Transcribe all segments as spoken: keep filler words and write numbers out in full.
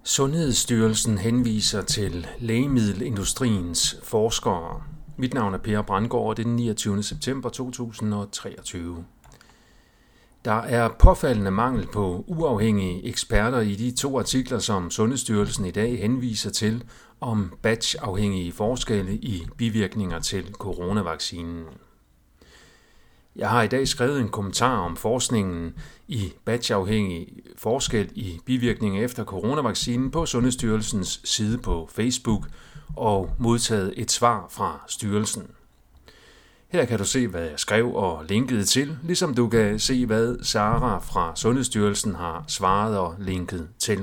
Sundhedsstyrelsen henviser til lægemiddelindustriens forskere. Mit navn er Per Brandgaard, og det er den niogtyvende september to tusind og treogtyve. Der er påfaldende mangel på uafhængige eksperter i de to artikler, som Sundhedsstyrelsen i dag henviser til om batchafhængige forskelle i bivirkninger til coronavaccinen. Jeg har i dag skrevet en kommentar om forskningen i batchafhængig forskel i bivirkninger efter coronavaccinen på Sundhedsstyrelsens side på Facebook og modtaget et svar fra styrelsen. Her kan du se, hvad jeg skrev og linkede til, ligesom du kan se, hvad Sara fra Sundhedsstyrelsen har svaret og linket til.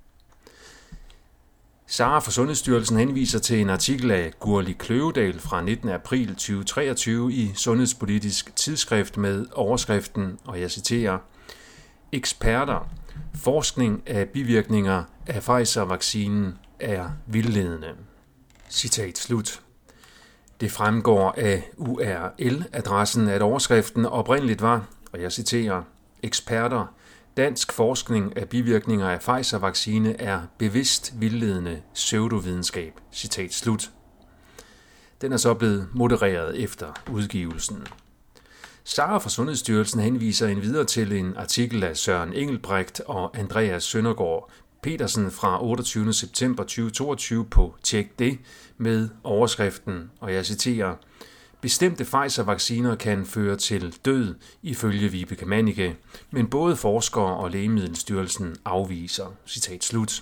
Sara fra Sundhedsstyrelsen henviser til en artikel af Gurli Kløvedal fra nittende april to tusind og treogtyve i Sundhedspolitisk Tidsskrift med overskriften, og jeg citerer, "Eksperter. Forskning af bivirkninger af Pfizer-vaccinen er vildledende." Citat slut. Det fremgår af U R L-adressen, at overskriften oprindeligt var, og jeg citerer, "Eksperter. Dansk forskning af bivirkninger af Pfizer-vaccine er bevidst vildledende pseudovidenskab." Citat slut. Den er så blevet modereret efter udgivelsen. Sara fra Sundhedsstyrelsen henviser endvidere til en artikel af Søren Engelbrecht og Andreas Søndergaard Petersen fra otteogtyvende september to tusind og toogtyve på Tjek det med overskriften, og jeg citerer, "Bestemte Pfizer-vacciner kan føre til død ifølge Vibeke Mannicke, men både forskere og Lægemiddelstyrelsen afviser." Citat slut.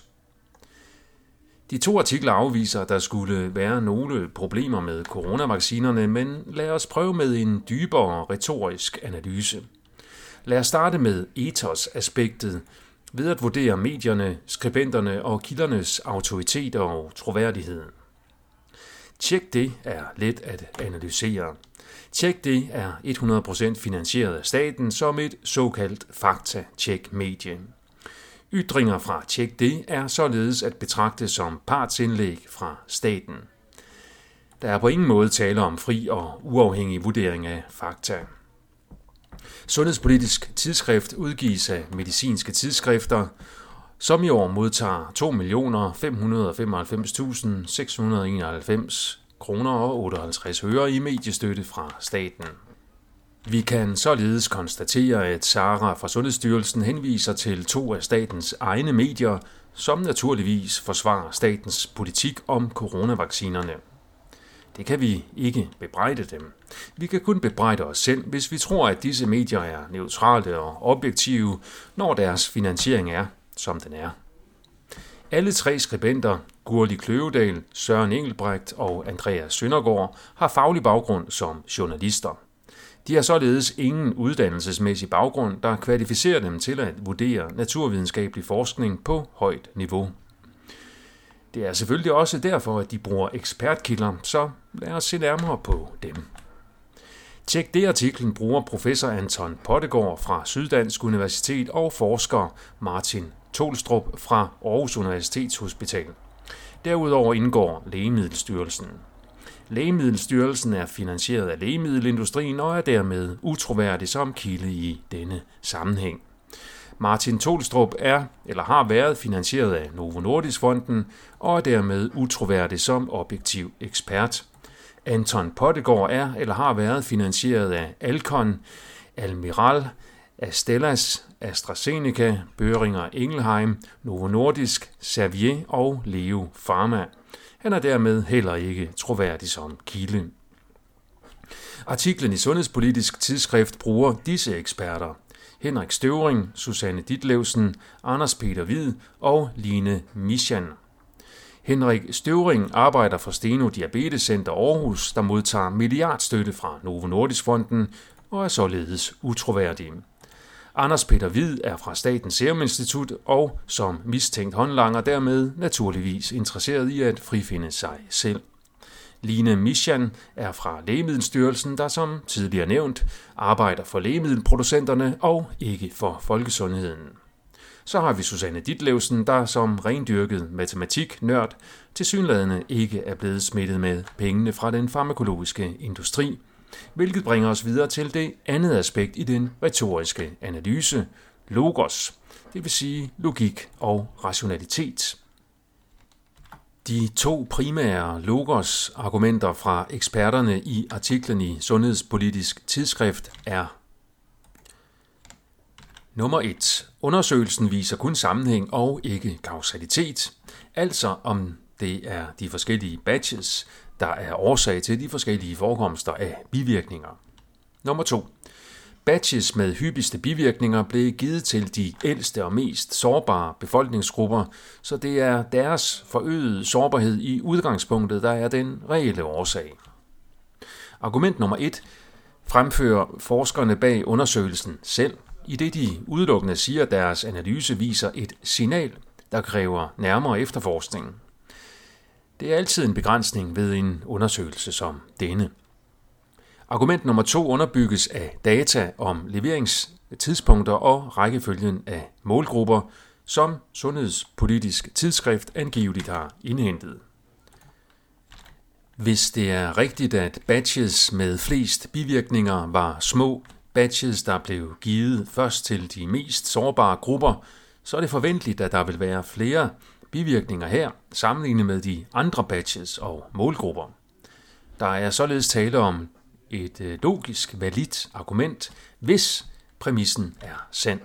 De to artikler afviser, at der skulle være nogle problemer med coronavaccinerne, men lad os prøve med en dybere retorisk analyse. Lad os starte med ethos-aspektet ved at vurdere medierne, skribenterne og kildernes autoritet og troværdighed. Tjek det er let at analysere. Tjek det er hundrede procent finansieret af staten som et såkaldt fakta-tjek-medie. Ytringer fra Tjek det er således at betragte som partsindlæg fra staten. Der er på ingen måde tale om fri og uafhængig vurdering af fakta. Sundhedspolitisk Tidsskrift udgives af medicinske tidsskrifter, som i år modtager to millioner fem hundrede og femoghalvfems tusind seks hundrede og enoghalvfems kroner og otteoghalvtreds øre i mediestøtte fra staten. Vi kan således konstatere, at Sara fra Sundhedsstyrelsen henviser til to af statens egne medier, som naturligvis forsvarer statens politik om coronavaccinerne. Det kan vi ikke bebrejde dem. Vi kan kun bebrejde os selv, hvis vi tror, at disse medier er neutrale og objektive, når deres finansiering er, som den er. Alle tre skribenter, Gurli Kløvedal, Søren Engelbrecht og Andreas Søndergaard, har faglig baggrund som journalister. De har således ingen uddannelsesmæssig baggrund, der kvalificerer dem til at vurdere naturvidenskabelig forskning på højt niveau. Det er selvfølgelig også derfor, at de bruger ekspertkilder, så lad os se nærmere på dem. Tjek det artiklen bruger professor Anton Pottegård fra Syddansk Universitet og forsker Martin Tolstrup fra Aarhus Universitetshospital. Derudover indgår Lægemiddelstyrelsen. Lægemiddelstyrelsen er finansieret af lægemiddelindustrien og er dermed utroværdig som kilde i denne sammenhæng. Martin Tolstrup er eller har været finansieret af Novo Nordisk Fonden og er dermed utroværdig som objektiv ekspert. Anton Pottegård er eller har været finansieret af Alcon, Almiral, Astellas, AstraZeneca, Boehringer Ingelheim, Novo Nordisk, Servier og Leo Pharma. Han er dermed heller ikke troværdig som kilde. Artiklen i Sundhedspolitisk Tidsskrift bruger disse eksperter: Henrik Støvring, Susanne Ditlevsen, Anders Peter Hvid og Line Mischan. Henrik Støvring arbejder for Steno Diabetes Center Aarhus, der modtager milliardstøtte fra Novo Nordisk Fonden og er således utroværdig. Anders Peter Hvid er fra Statens Serum Institut og som mistænkt håndlanger dermed naturligvis interesseret i at frifinde sig selv. Line Mischan er fra Lægemiddelstyrelsen, der som tidligere nævnt arbejder for lægemiddelproducenterne og ikke for folkesundheden. Så har vi Susanne Ditlevsen, der som rendyrket matematik-nørd tilsyneladende ikke er blevet smittet med pengene fra den farmakologiske industri, hvilket bringer os videre til det andet aspekt i den retoriske analyse, logos, det vil sige logik og rationalitet. De to primære logos-argumenter fra eksperterne i artiklen i Sundhedspolitisk Tidsskrift er: Nummer et. Undersøgelsen viser kun sammenhæng og ikke kausalitet, altså om det er de forskellige batches, der er årsag til de forskellige forekomster af bivirkninger. Nummer to. Batches med hyppigste bivirkninger blev givet til de ældste og mest sårbare befolkningsgrupper, så det er deres forøgede sårbarhed i udgangspunktet, der er den reelle årsag. Argument nummer et fremfører forskerne bag undersøgelsen selv, i det de udelukkende siger, at deres analyse viser et signal, der kræver nærmere efterforskning. Det er altid en begrænsning ved en undersøgelse som denne. Argument nummer to underbygges af data om leveringstidspunkter og rækkefølgen af målgrupper, som Sundhedspolitisk Tidsskrift angiveligt har indhentet. Hvis det er rigtigt, at batches med flest bivirkninger var små batches, der blev givet først til de mest sårbare grupper, så er det forventeligt, at der vil være flere bivirkninger her, sammenlignet med de andre batches og målgrupper. Der er således tale om et logisk validt argument, hvis præmissen er sand.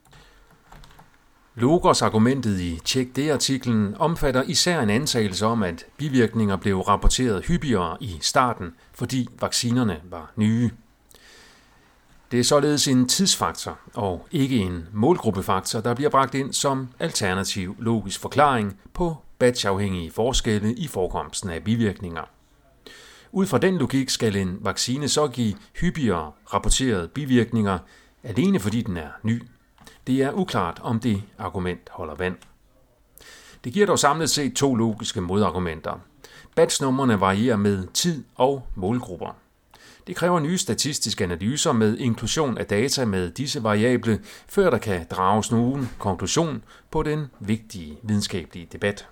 Logos-argumentet i Tjek det-artiklen omfatter især en antagelse om, at bivirkninger blev rapporteret hyppigere i starten, fordi vaccinerne var nye. Det er således en tidsfaktor og ikke en målgruppefaktor, der bliver bragt ind som alternativ logisk forklaring på batchafhængige forskelle i forekomsten af bivirkninger. Ud fra den logik skal en vaccine så give hyppigere rapporterede bivirkninger, alene fordi den er ny. Det er uklart, om det argument holder vand. Det giver dog samlet set to logiske modargumenter. Batchnumrene varierer med tid og målgrupper. Det kræver nye statistiske analyser med inklusion af data med disse variable, før der kan drages nogen konklusion på den vigtige videnskabelige debat.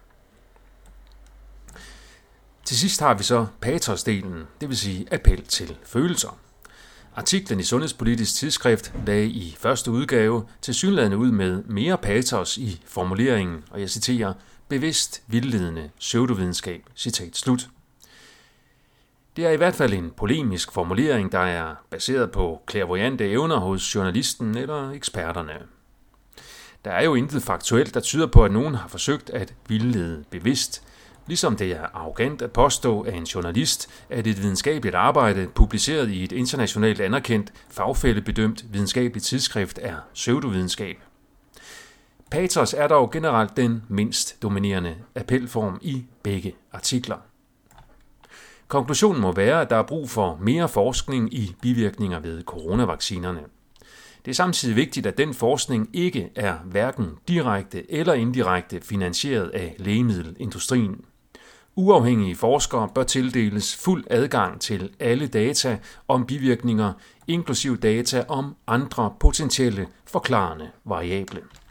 Til sidst har vi så pathos-delen, det vil sige appel til følelser. Artiklen i Sundhedspolitisk Tidsskrift lagde i første udgave tilsyneladende ud med mere pathos i formuleringen, og jeg citerer, bevidst vildledende pseudovidenskab, citat slut. Det er i hvert fald en polemisk formulering, der er baseret på clairvoyante evner hos journalisten eller eksperterne. Der er jo intet faktuelt, der tyder på, at nogen har forsøgt at vildlede bevidst, ligesom det er arrogant at påstå af en journalist, at et videnskabeligt arbejde, publiceret i et internationalt anerkendt, fagfællebedømt videnskabeligt tidsskrift, er pseudovidenskab. Pathos er dog generelt den mindst dominerende appelform i begge artikler. Konklusionen må være, at der er brug for mere forskning i bivirkninger ved coronavaccinerne. Det er samtidig vigtigt, at den forskning ikke er hverken direkte eller indirekte finansieret af lægemiddelindustrien. Uafhængige forskere bør tildeles fuld adgang til alle data om bivirkninger, inklusiv data om andre potentielle forklarende variable.